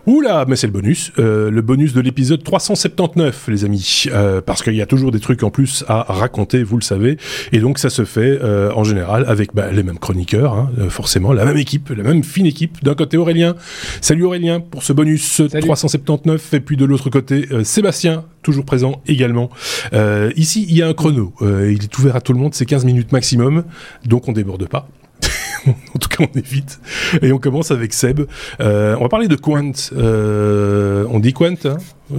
Oula, mais c'est le bonus de l'épisode 379, les amis, parce qu'il y a toujours des trucs en plus à raconter, vous le savez, et donc ça se fait en général avec les mêmes chroniqueurs, hein, forcément, la même équipe, la même fine équipe. D'un côté Aurélien, salut Aurélien pour ce bonus. Salut. 379, et puis de l'autre côté Sébastien, toujours présent également. Ici, il y a un chrono, il est ouvert à tout le monde, c'est 15 minutes maximum, donc on déborde pas. En tout cas, on évite. Et on commence avec Seb. On va parler de Qwant. On dit Qwant, hein,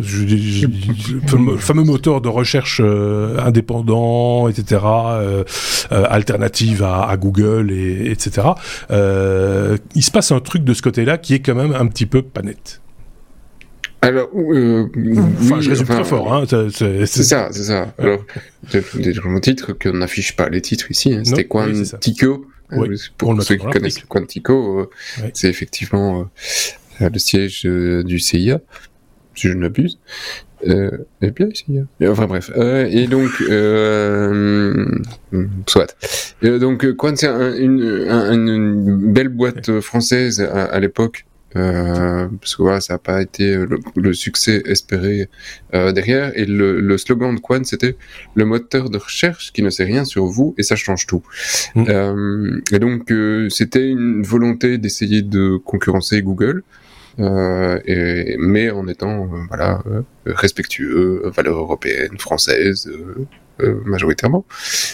le fameux moteur de recherche indépendant, etc., alternative à Google, etc. Il se passe un truc de ce côté-là qui est quand même un petit peu pas net. Alors, je résume très fort, hein. C'est ça. Alors, le titre, qu'on n'affiche pas les titres ici, hein, c'était Quantico. Oui, pour ceux qui connaissent Quantico, c'est effectivement le siège du CIA, si je ne m'abuse. Et bien, CIA. Enfin bref. Et donc, soit. Donc, Quant, c'est une belle boîte française à l'époque. Parce que voilà, ça n'a pas été le succès espéré derrière, et le slogan de Qwant, c'était le moteur de recherche qui ne sait rien sur vous et ça change tout. Et donc c'était une volonté d'essayer de concurrencer Google, mais en étant respectueux, valeurs européennes, françaises, majoritairement.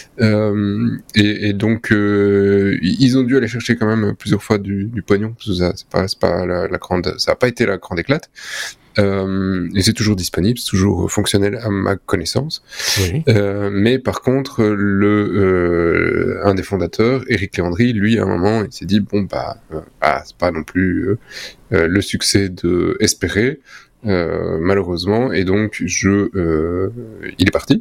Et donc ils ont dû aller chercher quand même plusieurs fois du pognon, parce que c'est pas la grande, ça a pas été la grande éclate. Et c'est toujours disponible, c'est toujours fonctionnel à ma connaissance. Oui. Mais par contre, un des fondateurs, Eric Léandri, lui, à un moment, il s'est dit c'est pas non plus le succès espéré, malheureusement, et donc il est parti.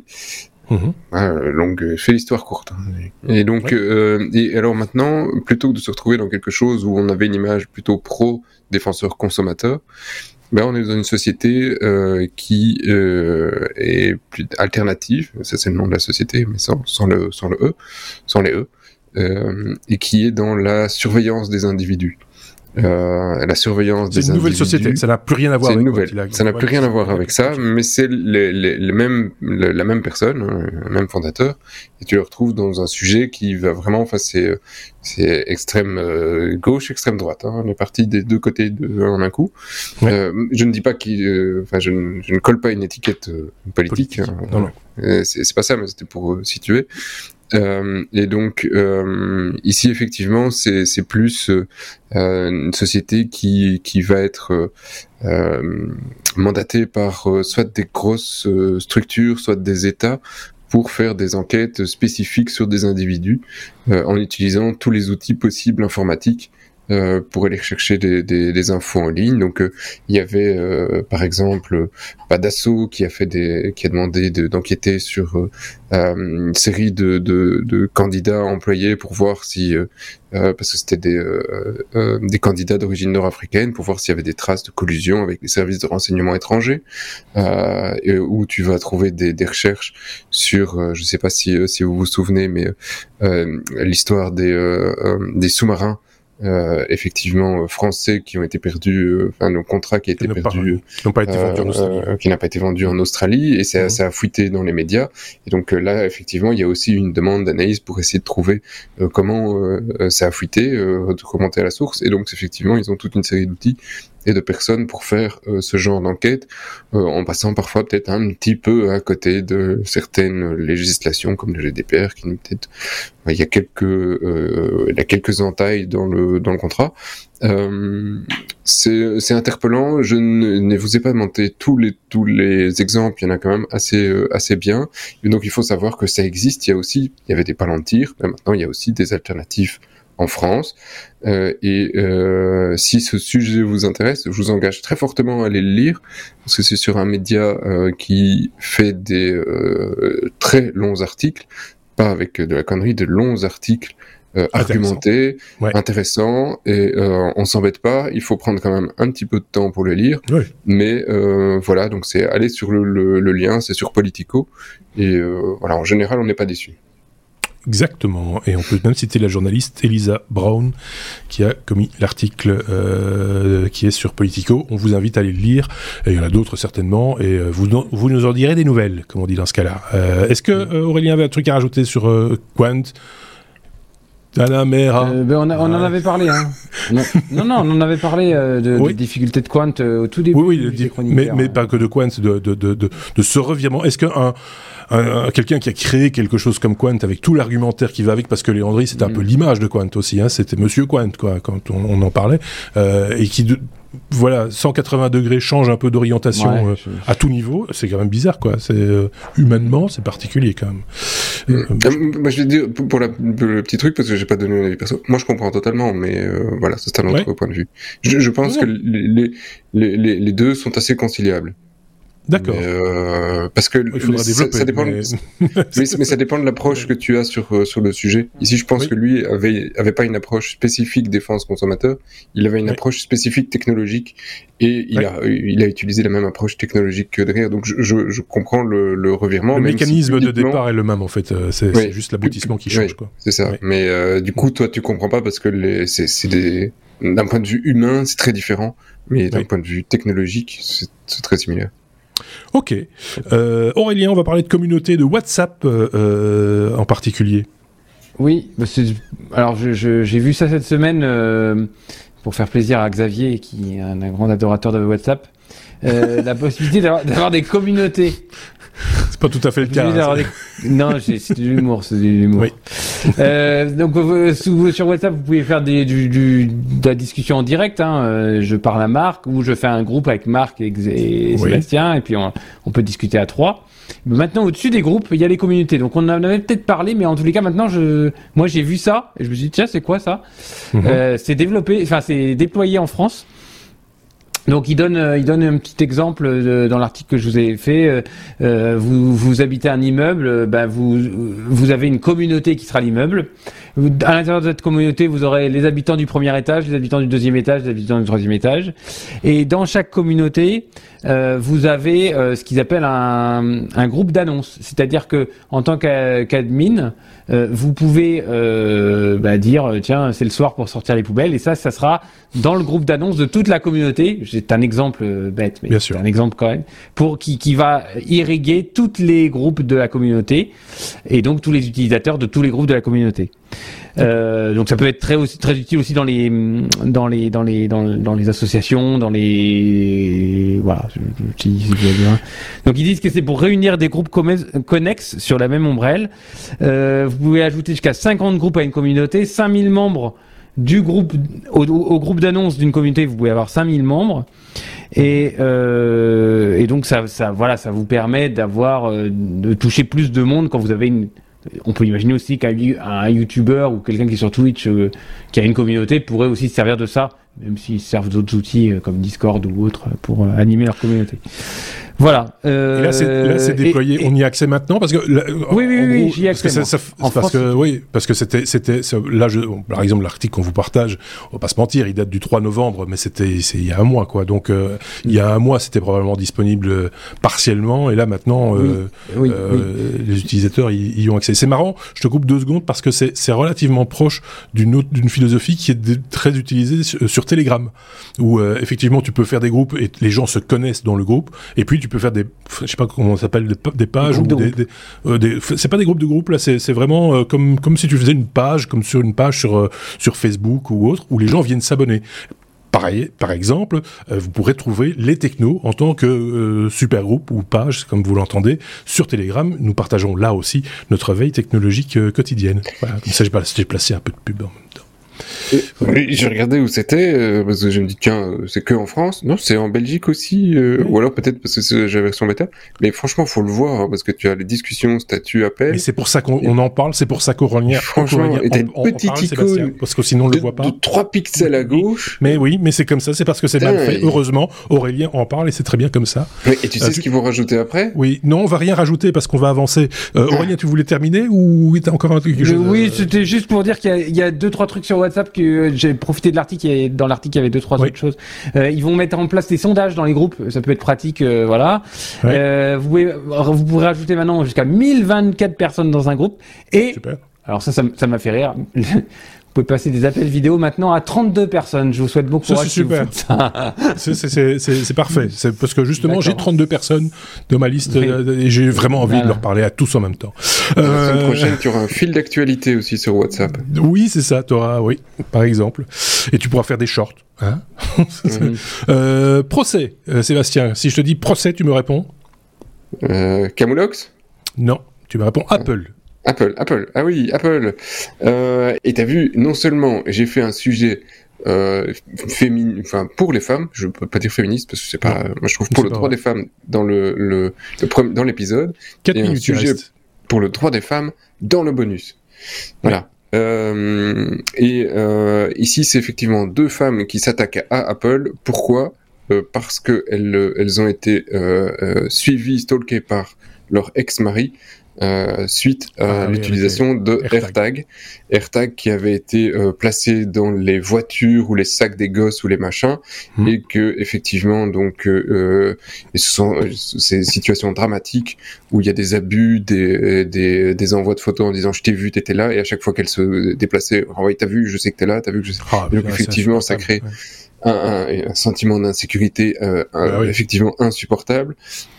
Fait l'histoire courte. Et donc, et alors maintenant, plutôt que de se retrouver dans quelque chose où on avait une image plutôt pro-défenseur-consommateur, on est dans une société qui est plus alternative, ça c'est le nom de la société, mais sans les E, et qui est dans la surveillance des individus. La surveillance des individus. C'est une nouvelle société, ça n'a plus rien à voir avec ça n'a plus rien à voir avec ça, mais c'est la même personne, hein, le même fondateur, et tu le retrouves dans un sujet qui va vraiment, c'est extrême gauche, extrême droite, hein, on est parti des deux côtés en un coup. Ouais. Je ne dis pas je ne colle pas une étiquette politique. Hein, non. C'est pas ça, mais c'était pour situer. Et donc ici effectivement c'est plus une société qui va être mandatée par soit des grosses structures, soit des États, pour faire des enquêtes spécifiques sur des individus en utilisant tous les outils possibles informatiques pour aller chercher des infos en ligne. Donc il y avait par exemple Dassault qui a demandé d'enquêter sur une série de candidats employés pour voir si parce que c'était des candidats d'origine nord-africaine, pour voir s'il y avait des traces de collusion avec les services de renseignement étrangers, où tu vas trouver des recherches sur je sais pas si vous vous souvenez, mais l'histoire des sous-marins effectivement français qui ont été perdus, le contrat qui a été perdu, qui n'a pas été vendu en Australie, qui n'a pas été vendu en Australie, et ça a fuité dans les médias. Et donc là, effectivement, il y a aussi une demande d'analyse pour essayer de trouver comment ça a fuité, de remonter à la source. Et donc effectivement, ils ont toute une série d'outils et de personnes pour faire ce genre d'enquête, en passant parfois peut-être un petit peu à côté de certaines législations comme le GDPR, qui peut-être il y a quelques entailles dans le contrat. C'est interpellant. Je ne vous ai pas monté tous les exemples. Il y en a quand même assez bien. Et donc il faut savoir que ça existe. Il y avait des Palantir, mais maintenant il y a aussi des alternatives en France, si ce sujet vous intéresse, je vous engage très fortement à aller le lire, parce que c'est sur un média qui fait des très longs articles, pas avec de la connerie, de longs articles argumentés, intéressants, et on s'embête pas, il faut prendre quand même un petit peu de temps pour le lire, mais voilà, donc c'est aller sur le lien, c'est sur Politico, et voilà, en général on n'est pas déçu. Exactement, et on peut même citer la journaliste Elisa Brown qui a commis l'article qui est sur Politico. On vous invite à aller le lire, et il y en a d'autres certainement, et vous nous en direz des nouvelles, comme on dit dans ce cas-là. Est-ce que Aurélien avait un truc à rajouter sur Quant? On en avait parlé. Hein. Non, on en avait parlé des difficultés de Quant au tout début. Oui, mais pas que de Quant, de ce revirement. Est-ce qu'un quelqu'un qui a créé quelque chose comme Quant avec tout l'argumentaire qui va avec, parce que Léandri c'était un peu l'image de Quant aussi, hein, c'était Monsieur Quant quoi, quand on en parlait, et qui 180 degrés change un peu d'orientation à tout niveau, c'est quand même bizarre quoi. C'est humainement c'est particulier quand même. Moi je vais dire pour le petit truc parce que j'ai pas donné mon avis perso. Moi je comprends totalement, mais voilà, c'est un autre point de vue. Je pense que les deux sont assez conciliables. D'accord. Parce que il faudra développer, ça dépend. Mais ça dépend de l'approche que tu as sur le sujet. Ici, je pense que lui avait pas une approche spécifique défense consommateur. Il avait une approche spécifique technologique et il a utilisé la même approche technologique que derrière. Donc je comprends le revirement. Le mécanisme de départ est le même en fait. C'est juste l'aboutissement qui change quoi. C'est ça. Mais du coup, toi, tu comprends pas parce que d'un point de vue humain, c'est très différent, mais d'un point de vue technologique, c'est très similaire. Ok. Aurélien, on va parler de communauté de WhatsApp en particulier. Oui, alors j'ai vu ça cette semaine pour faire plaisir à Xavier, qui est un grand adorateur de WhatsApp. La possibilité d'avoir des communautés. C'est pas tout à fait le cas. Non, c'est de l'humour, Oui. Donc sur WhatsApp, vous pouvez faire de la discussion en direct. Hein. Je parle à Marc ou je fais un groupe avec Marc et Sébastien, et puis on peut discuter à 3. Mais maintenant, au-dessus des groupes, il y a les communautés. Donc on en avait peut-être parlé, mais en tous les cas, maintenant, moi j'ai vu ça et je me suis dit tiens, c'est quoi ça? C'est déployé en France. Donc il donne un petit exemple dans l'article que je vous ai fait. Vous habitez un immeuble, vous avez une communauté qui sera l'immeuble. À l'intérieur de cette communauté, vous aurez les habitants du premier étage, les habitants du deuxième étage, les habitants du troisième étage. Et dans chaque communauté, vous avez ce qu'ils appellent un groupe d'annonces. C'est-à-dire que en tant qu'admin, vous pouvez dire tiens, c'est le soir pour sortir les poubelles, et ça sera dans le groupe d'annonces de toute la communauté. C'est un exemple bête, mais c'est un exemple quand même, qui va irriguer tous les groupes de la communauté et donc tous les utilisateurs de tous les groupes de la communauté. Donc ça peut être très utile aussi dans les associations, donc ils disent que c'est pour réunir des groupes connexes sur la même ombrelle. Vous pouvez ajouter jusqu'à 50 groupes à une communauté, 5000 membres du groupe au groupe d'annonces d'une communauté, vous pouvez avoir 5000 membres et donc ça vous permet de toucher plus de monde quand vous avez on peut imaginer aussi qu'un YouTuber ou quelqu'un qui est sur Twitch qui a une communauté pourrait aussi se servir de ça, même s'ils servent d'autres outils comme Discord ou autres pour animer leur communauté. Voilà. Et là, c'est déployé. On y a accès maintenant parce que oui, j'y ai accès. Parce que c'était là, par exemple, l'article qu'on vous partage, on va pas se mentir, il date du 3 novembre, mais c'est il y a un mois, quoi. Donc, il y a un mois, c'était probablement disponible partiellement, et là, maintenant, les utilisateurs y ont accès. C'est marrant. Je te coupe 2 secondes parce que c'est relativement proche d'une philosophie qui est très utilisée sur Telegram, où effectivement, tu peux faire des groupes et les gens se connaissent dans le groupe, et puis tu peux faire je sais pas comment ça s'appelle, des pages ou c'est pas des groupes de groupes là, c'est vraiment comme si tu faisais une page, comme sur une page sur Facebook ou autre, où les gens viennent s'abonner. Pareil, par exemple, vous pourrez trouver les technos en tant que super groupe ou page, comme vous l'entendez, sur Telegram. Nous partageons là aussi notre veille technologique quotidienne. Voilà, comme ça j'ai placé un peu de pub en même temps. J'ai regardé où c'était parce que je me dis tiens, c'est que en France. Non, c'est en Belgique aussi, ou alors peut-être parce que c'est la version bêta. Mais franchement, faut le voir parce que tu as les discussions, statuts, appels. Et c'est pour ça qu'on en parle, c'est pour ça qu'Aurélien. Franchement, t'as une petite icône parce que sinon on le voit pas. De 3 pixels à gauche. Mais oui, mais c'est comme ça, c'est parce que c'est mal fait. Heureusement, Aurélien en parle et c'est très bien comme ça. Et tu sais ce qu'ils vont rajouter après? Oui, non, on va rien rajouter parce qu'on va avancer. Aurélien, tu voulais terminer ou t'as encore quelque chose? Oui, c'était juste pour dire qu'il y a 2-3 trucs sur WhatsApp que j'ai profité de l'article, et dans l'article il y avait 2-3 autres choses. Ils vont mettre en place des sondages dans les groupes, ça peut être pratique, voilà. Vous pourrez rajouter maintenant jusqu'à 1024 personnes dans un groupe, et super. Alors ça m'a fait rire. Vous pouvez passer des appels vidéo maintenant à 32 personnes. Je vous souhaite bon courage. C'est super. C'est parfait. C'est parce que justement, j'ai 32 personnes dans ma liste et j'ai vraiment envie de leur parler à tous en même temps. La semaine prochaine, tu auras un fil d'actualité aussi sur WhatsApp. Oui, c'est ça. Tu auras, oui, par exemple. Et tu pourras faire des shorts. Hein. Procès, Sébastien. Si je te dis procès, tu me réponds Camoulox ? Non, tu me réponds Apple. Apple. Ah oui, Apple. Et t'as vu, non seulement j'ai fait un sujet pour les femmes, je peux pas dire féministe parce que c'est pas, moi je trouve pour le droit des femmes dans dans l'épisode, 4 et minutes un sujet pour le droit des femmes dans le bonus. Voilà. Ici c'est effectivement 2 femmes qui s'attaquent à Apple. Pourquoi ? Parce que elles ont été suivies, stalkées par leur ex-mari. Suite à l'utilisation de AirTag qui avait été placé dans les voitures ou les sacs des gosses ou les machins, et que effectivement donc ce sont ces situations dramatiques où il y a des abus, des envois de photos en disant je t'ai vu, t'étais là, et à chaque fois qu'elle se déplaçait, oh, oui, t'as vu, je sais que t'es là, t'as vu que je sais. Donc effectivement ça crée un sentiment d'insécurité effectivement insupportable,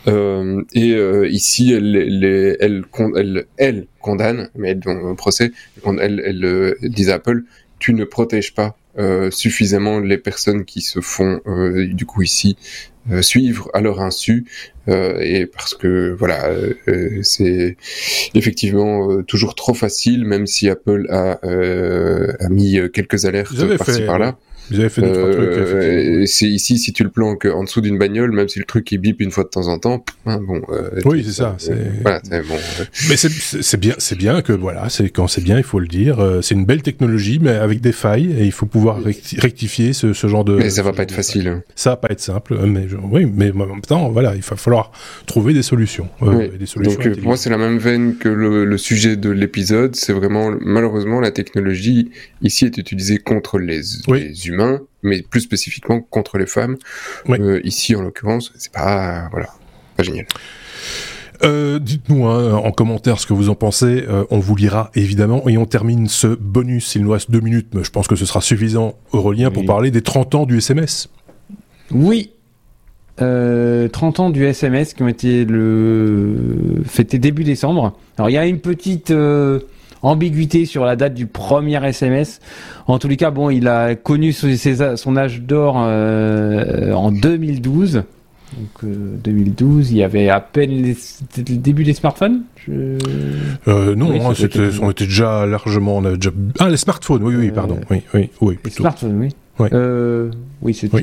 ici elle condamne, mais dans un procès elle dit à Apple, tu ne protèges pas suffisamment les personnes qui se font du coup ici suivre à leur insu, et parce que voilà, c'est effectivement toujours trop facile, même si Apple a mis quelques alertes par-ci par-là. Vous avez fait d'autres trucs. C'est ici, si tu le planques en dessous d'une bagnole, même si le truc il bip une fois de temps en temps, bon. Oui, c'est ça. Voilà, c'est bon. Mais c'est bien que voilà, quand c'est bien, il faut le dire. C'est une belle technologie, mais avec des failles, et il faut pouvoir rectifier ce genre de. Mais ça va pas être facile. Ça va pas être simple, mais mais en même temps, voilà, il va falloir trouver des solutions. Des solutions. Donc pour moi, c'est la même veine que le sujet de l'épisode. C'est vraiment, malheureusement, la technologie ici est utilisée contre les humains, mais plus spécifiquement contre les femmes. Ici, en l'occurrence, c'est pas génial. Dites-nous en commentaire ce que vous en pensez. On vous lira évidemment, et on termine ce bonus. Il nous reste 2 minutes, mais je pense que ce sera suffisant, Aurélien, pour parler des 30 ans du SMS. Oui. 30 ans du SMS qui ont été fêtés début décembre. Alors il y a une petite ambiguïté sur la date du premier SMS. En tous les cas, bon, il a connu son âge d'or en 2012. Donc 2012, il y avait à peine c'était le début des smartphones. Non, on était déjà largement. Les smartphones, oui, pardon, oui. Les smartphones, oui. Ouais. Oui, c'était.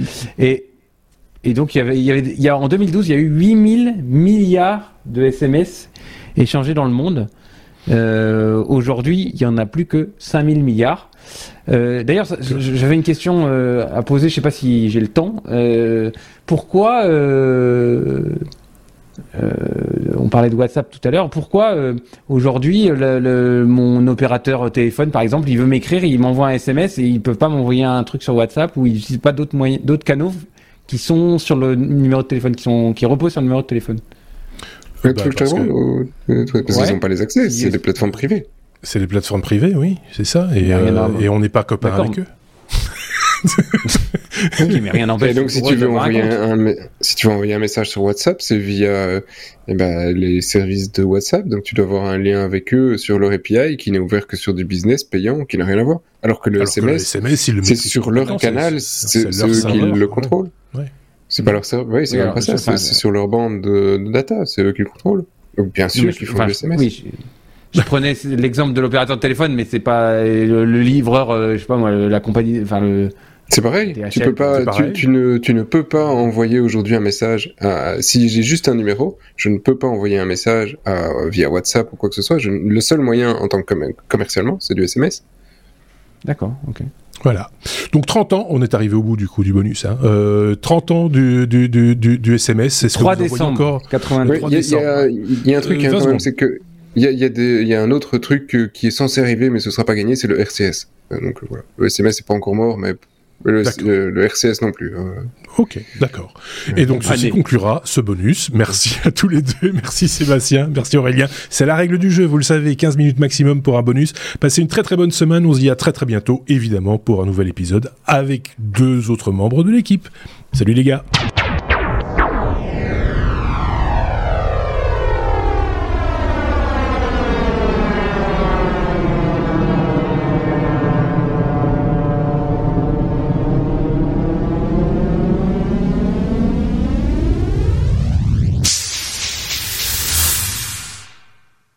Et donc en 2012, il y a eu 8000 milliards de SMS échangés dans le monde. Aujourd'hui, il y en a plus que 5000 milliards. D'ailleurs, j'avais une question à poser, je sais pas si j'ai le temps. Pourquoi on parlait de WhatsApp tout à l'heure. Pourquoi aujourd'hui mon opérateur téléphone, par exemple, il veut m'écrire, il m'envoie un SMS et ils peuvent pas m'envoyer un truc sur WhatsApp, ou ils n'utilisent pas d'autres canaux qui sont sur le numéro de téléphone, qui reposent sur le numéro de téléphone. Parce qu'ils n'ont pas les accès, c'est des plateformes privées. C'est des plateformes privées, oui, c'est ça, et on n'est pas copains avec eux. Oui, mais rien n'empêche. Et donc, si tu veux envoyer un message sur WhatsApp, c'est via les services de WhatsApp. Donc, tu dois avoir un lien avec eux sur leur API qui n'est ouvert que sur du business payant, qui n'a rien à voir. Alors que le SMS c'est sur leur canal, c'est eux qui le contrôlent. Ouais. C'est pas leur serveur. Oui, c'est même pas ça. C'est sur leur bande de data. C'est eux qui le contrôlent. Donc, bien sûr qu'ils font le SMS. Oui, je prenais l'exemple de l'opérateur de téléphone, mais c'est pas le livreur, je sais pas moi, la compagnie, C'est pareil. DHL, tu peux pas, tu ne peux pas envoyer aujourd'hui un message si j'ai juste un numéro, je ne peux pas envoyer un message via WhatsApp ou quoi que ce soit. Le seul moyen en tant que commercialement, c'est du SMS. D'accord, ok. Voilà. Donc 30 ans, on est arrivé au bout du coup du bonus. 30 ans du SMS, c'est ce 3 que vous décembre encore. 83 décembre. Il y a un truc quand même, c'est que il y a un autre truc qui est censé arriver, mais ce sera pas gagné, c'est le RCS. Donc voilà. Le SMS c'est pas encore mort, mais Le RCS non plus. Ok, d'accord. Et donc, ceci conclura ce bonus. Merci à tous les deux. Merci Sébastien. Merci Aurélien. C'est la règle du jeu, vous le savez. 15 minutes maximum pour un bonus. Passez une très très bonne semaine. On se dit à très très bientôt, évidemment, pour un nouvel épisode avec 2 autres membres de l'équipe. Salut les gars.